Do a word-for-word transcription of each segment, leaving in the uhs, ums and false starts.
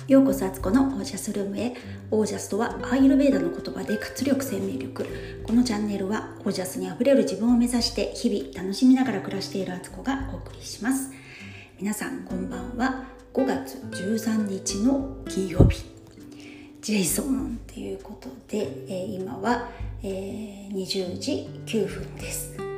ようこそあつこのオージャスルームへ。オージャスとはアーユルヴェーダの言葉で活力、生命力。このチャンネルはオージャスにあふれる自分を目指して日々楽しみながら暮らしているあつこがお送りします。皆さんこんばんは。ごがつじゅうさんにちの金曜日、ジェイソンということで、えー、今は、えー、にじゅうじきゅうふんです。はい、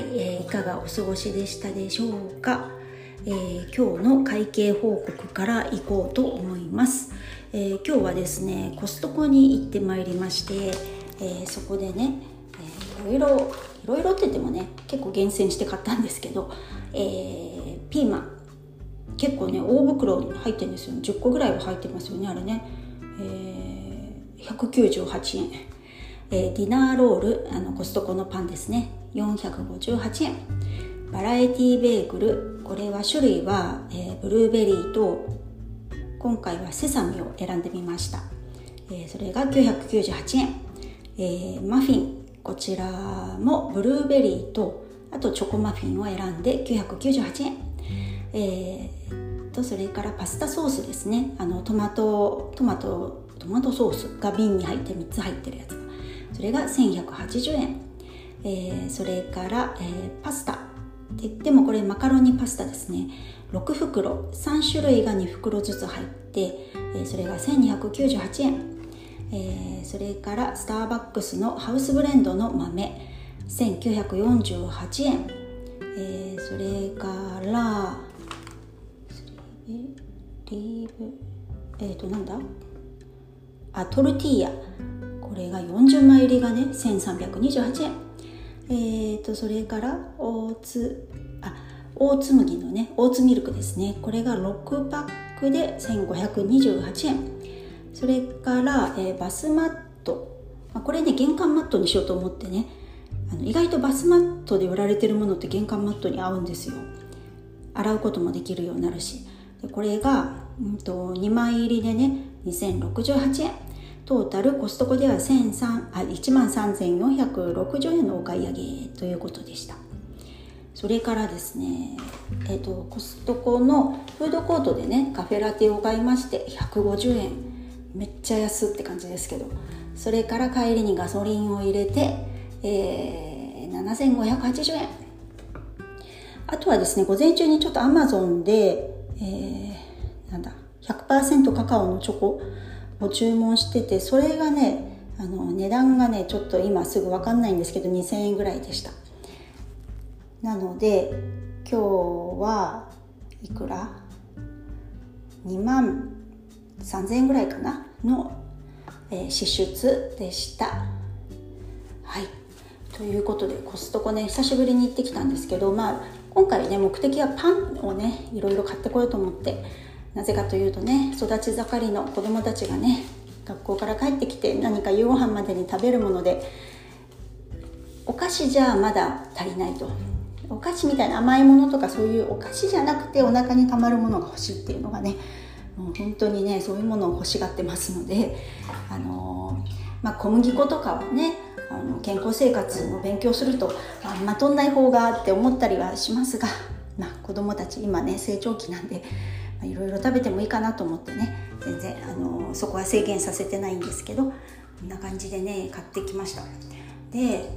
えー、いかがお過ごしでしたでしょうか。えー、今日の会計報告から行こうと思います。えー、今日はですねコストコに行ってまいりまして、えー、そこでね、えー、いろいろいろいろって言ってもね結構厳選して買ったんですけど、えー、ピーマン結構ね大袋に入ってるんですよ。じゅっこぐらいは入ってますよねあれね、えー、ひゃくきゅうじゅうはちえん、えー、ディナーロール、あのコストコのパンですね、よんひゃくごじゅうはちえん。バラエティベーグル、これは種類は、えー、ブルーベリーと今回はセサミを選んでみました、えー、それがきゅうひゃくきゅうじゅうはちえん、えー、マフィン、こちらもブルーベリーとあとチョコマフィンを選んできゅうひゃくきゅうじゅうはちえん、えー、とそれからパスタソースですね、あのトマトトマトトマトソースが瓶に入ってみっつ入ってるやつが、それがせんひゃくはちじゅうえん、えー、それから、えー、パスタで, でもこれマカロニパスタですね、ろくふくろ、さんしゅるいがにふくろずつ入って、えー、それがせんにひゃくきゅうじゅうはちえん、えー、それからスターバックスのハウスブレンドの豆せんきゅうひゃくよんじゅうはちえん、えー、それからリーブえっ、ー、となんだあトルティーヤ、これがよんじゅうまい入りがねせんさんびゃくにじゅうはちえん、えー、とそれからオーツあオーツ麦のねオーツミルクですね、これがろくパックでせんごひゃくにじゅうはちえん、それから、えー、バスマット、これね玄関マットにしようと思ってね、あの意外とバスマットで売られてるものって玄関マットに合うんですよ。洗うこともできるようになるし、でこれが、うん、とにまい入りでねにせんろくじゅうはちえん、トータルコストコではいちまんさんぜんよんひゃくろくじゅうえんのお買い上げということでした。それからですね、えーと、コストコのフードコートでねカフェラテを買いましてひゃくごじゅうえん、めっちゃ安って感じですけど、それから帰りにガソリンを入れて、えー、ななせんごひゃくはちじゅうえん。あとはですね午前中にちょっとアマゾンで、えー、なんだ ひゃくパーセント カカオのチョコを注文してて、それがねあの値段がねちょっと今すぐ分かんないんですけどにせんえんぐらいでした。なので今日はいくらにまんさんぜんえんぐらいかなの、えー、支出でした。はい、ということでコストコね久しぶりに行ってきたんですけど、まあ今回ね目的はパンをねいろいろ買ってこようと思って、なぜかというとね育ち盛りの子どもたちがね学校から帰ってきて何か夕ご飯までに食べるもので、お菓子じゃまだ足りないと、お菓子みたいな甘いものとかそういうお菓子じゃなくてお腹にたまるものが欲しいっていうのがね、もう本当にねそういうものを欲しがってますので、あのーまあ、小麦粉とかはねあの健康生活の勉強するとあんま取んない方がって思ったりはしますが、まあ、子どもたち今ね成長期なんでいろいろ食べてもいいかなと思ってね、全然あのそこは制限させてないんですけど、こんな感じでね買ってきました。で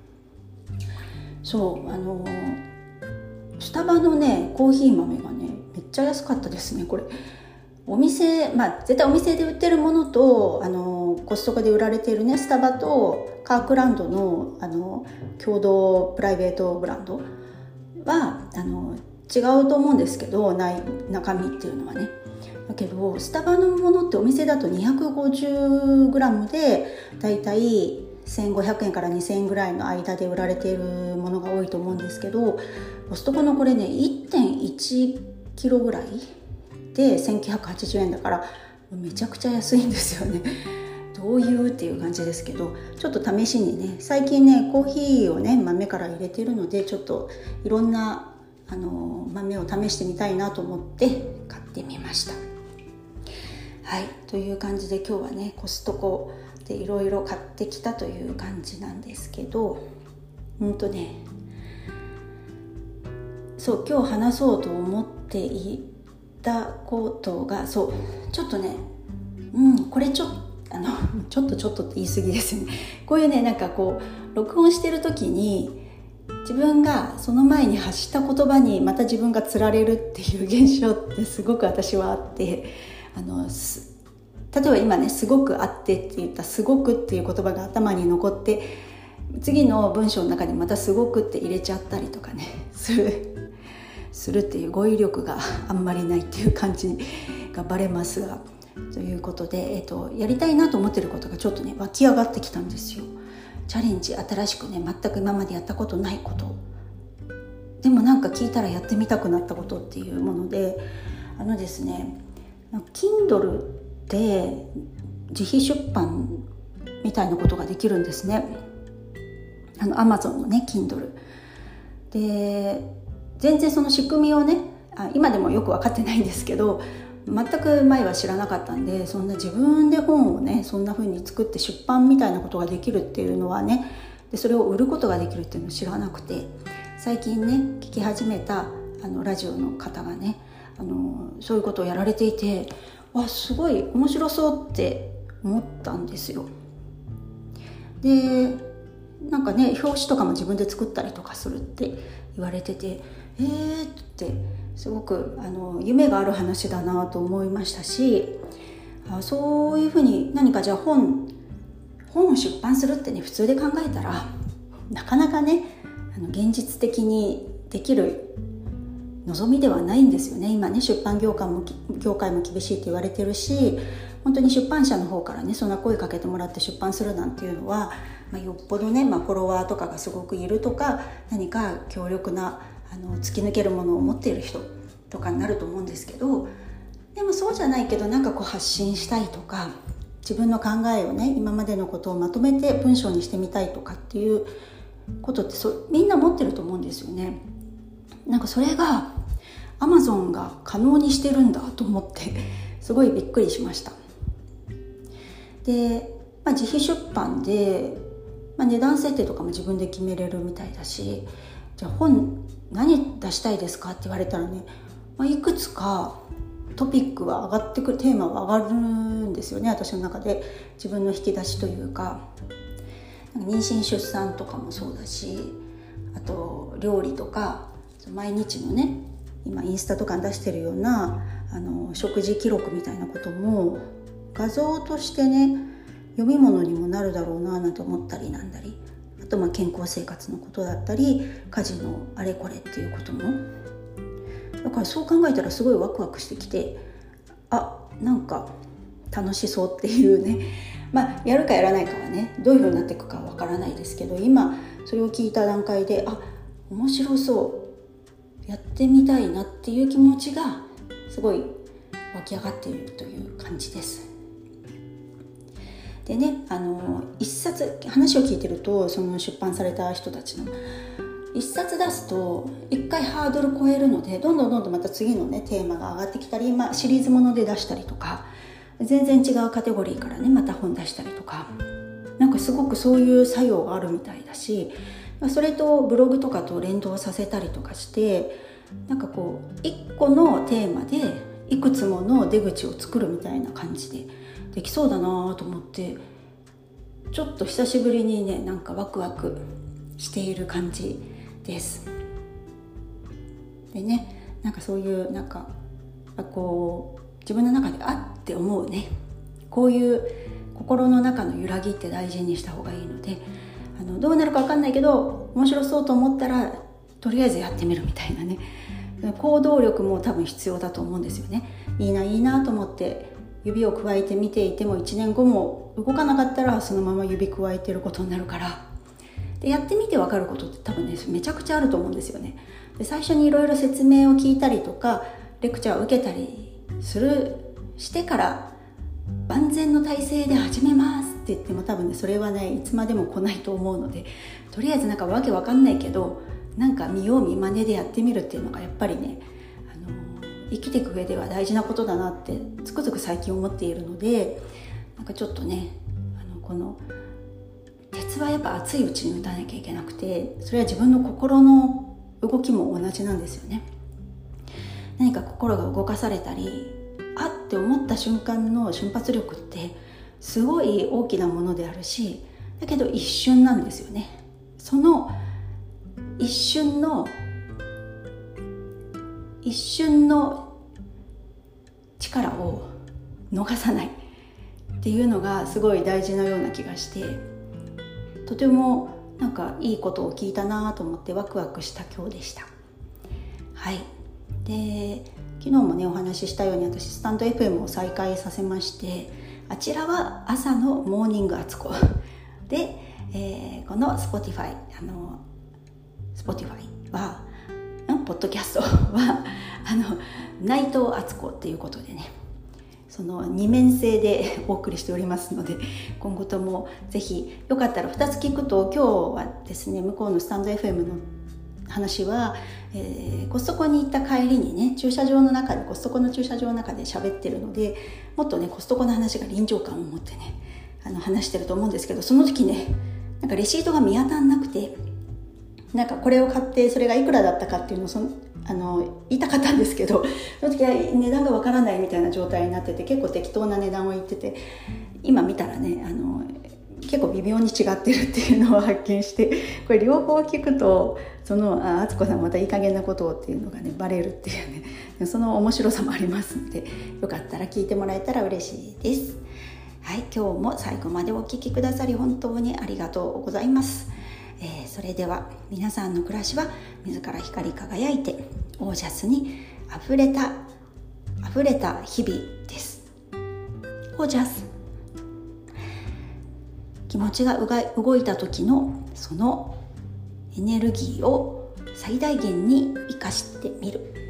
そうあのスタバのねコーヒー豆がねめっちゃ安かったですね。これお店、まあ絶対お店で売ってるものとあのコストコで売られているねスタバとカークランドのあの共同プライベートブランドはあの違うと思うんですけど、ない中身っていうのはね。だけどスタバのものってお店だと にひゃくごじゅうグラム でだいたいせんごひゃくえんからにせんえんぐらいの間で売られているものが多いと思うんですけど、コストコのこれね いってんいちキロぐらいでせんきゅうひゃくはちじゅうえんだからめちゃくちゃ安いんですよね。どういうっていう感じですけど、ちょっと試しにね最近ねコーヒーをね豆から入れてるので、ちょっといろんなあの豆を試してみたいなと思って買ってみました。はい、という感じで今日はねコストコでいろいろ買ってきたという感じなんですけど、うんとねそう今日話そうと思っていたことが、そうちょっとね、うんこれちょっとあのちょっとちょっとって言い過ぎですよね。こういうね、なんかこう録音してる時に自分がその前に発した言葉にまた自分がつられるっていう現象ってすごく私はあって、あの例えば今ね、すごくあってって言ったすごくっていう言葉が頭に残って、次の文章の中にまたすごくって入れちゃったりとかねするするっていう語彙力があんまりないっていう感じがバレますが、ということで、えっと、やりたいなと思ってることがちょっとね湧き上がってきたんですよ。チャレンジ、新しくね、全く今までやったことないこと、でもなんか聞いたらやってみたくなったことっていうもので、あのですね Kindle で自費出版みたいなことができるんですね。あの Amazon のね Kindle で、全然その仕組みをね、あ今でもよく分かってないんですけど、全く前は知らなかったんで、そんな自分で本をねそんな風に作って出版みたいなことができるっていうのはね、でそれを売ることができるっていうのを知らなくて、最近ね聞き始めたあのラジオの方がね、あのそういうことをやられていて、わすごい面白そうって思ったんですよ。でなんかね、表紙とかも自分で作ったりとかするって言われてて、えーってすごくあの夢がある話だなと思いましたし、あそういうふうに何かじゃあ本本を出版するってね、普通で考えたらなかなかね、あの現実的にできる望みではないんですよね。今ね、出版業界も業界も厳しいって言われてるし、本当に出版社の方からねそんな声かけてもらって出版するなんていうのは、まあ、よっぽどね、まあ、フォロワーとかがすごくいるとか、何か強力なあの突き抜けるものを持っている人とかになると思うんですけど、でもそうじゃないけど、なんかこう発信したいとか、自分の考えをね、今までのことをまとめて文章にしてみたいとかっていうことってそみんな持ってると思うんですよね。なんかそれが Amazon が可能にしてるんだと思ってすごいびっくりしました。で、まあ、自費出版で、まあ、値段設定とかも自分で決めれるみたいだし、じゃあ本何出したいですかって言われたらね、まあ、いくつかトピックは上がってくる、テーマは上がるんですよね、私の中で。自分の引き出しというか、なんか妊娠出産とかもそうだし、あと料理とか毎日のね、今インスタとかに出してるようなあの食事記録みたいなことも画像としてね読み物にもなるだろうななんて思ったりなんだり、あとまあ健康生活のことだったり、家事のあれこれっていうことも、だからそう考えたらすごいワクワクしてきて、あ、なんか楽しそうっていうね、まあやるかやらないかはね、どういう風になっていくかわからないですけど、今それを聞いた段階で、あ、面白そう、やってみたいなっていう気持ちがすごい湧き上がっているという感じです。でね、あの一冊話を聞いてると、その出版された人たちの一冊出すと一回ハードル超えるので、どんどんどんどんまた次のねテーマが上がってきたり、まあ、シリーズもので出したりとか、全然違うカテゴリーからねまた本出したりとか、なんかすごくそういう作用があるみたいだし、それとブログとかと連動させたりとかして、なんかこう一個のテーマでいくつもの出口を作るみたいな感じでできそうだなと思って、ちょっと久しぶりにね、なんかワクワクしている感じです。でね、なんかそういうなんかこう自分の中であって思うね、こういう心の中の揺らぎって大事にした方がいいので、あのどうなるか分かんないけど面白そうと思ったらとりあえずやってみるみたいなね、行動力も多分必要だと思うんですよね。いいないいなと思って指を加えて見ていてもいちねんごも動かなかったらそのまま指加えてることになるから、でやってみて分かることって多分ねめちゃくちゃあると思うんですよね。で最初にいろいろ説明を聞いたりとかレクチャーを受けたりするしてから万全の体制で始めますって言っても多分ねそれはねいつまでも来ないと思うので、とりあえずなんかわけわかんないけどなんか見よう見まねでやってみるっていうのがやっぱりね、あのー、生きていく上では大事なことだなってつくづく最近思っているので、なんかちょっとねあのこの鉄はやっぱ熱いうちに打たなきゃいけなくて、それは自分の心の動きも同じなんですよね。 何か心が動かされたり、あって思った瞬間の瞬発力ってすごい大きなものであるし、だけど一瞬なんですよね。その一瞬の一瞬の力を逃さないっていうのがすごい大事なような気がして、とてもなんかいいことを聞いたなと思ってワクワクした今日でした。はい。で、昨日もねお話ししたように、私スタンド エフエム を再開させまして、あちらは朝のモーニングあつこで、えー、この Spotify あの Spotify はポッドキャストはあの内藤敦子っていうことでね、その二面性でお送りしておりますので、今後ともぜひよかったらふたつ聞くと、今日はですね向こうのスタンド エフエム の話は、えー、コストコに行った帰りにね、駐車場の中でコストコの駐車場の中で喋ってるので、もっとねコストコの話が臨場感を持ってねあの話してると思うんですけど、その時ねなんかレシートが見当たらなくて、なんかこれを買ってそれがいくらだったかっていうのをそのあの言いたかったんですけど、その時は値段がわからないみたいな状態になってて、結構適当な値段を言ってて、今見たらねあの結構微妙に違ってるっていうのを発見して、これ両方聞くとそのあ敦子さんまたいい加減なことをっていうのがねバレるっていうね、その面白さもありますので、よかったら聞いてもらえたら嬉しいです。はい、今日も最後までお聞きくださり本当にありがとうございます。えー、それでは皆さんの暮らしは自ら光り輝いてオージャスにあふれたあふれた日々です。オージャス、気持ちが動いた時のそのエネルギーを最大限に生かしてみる。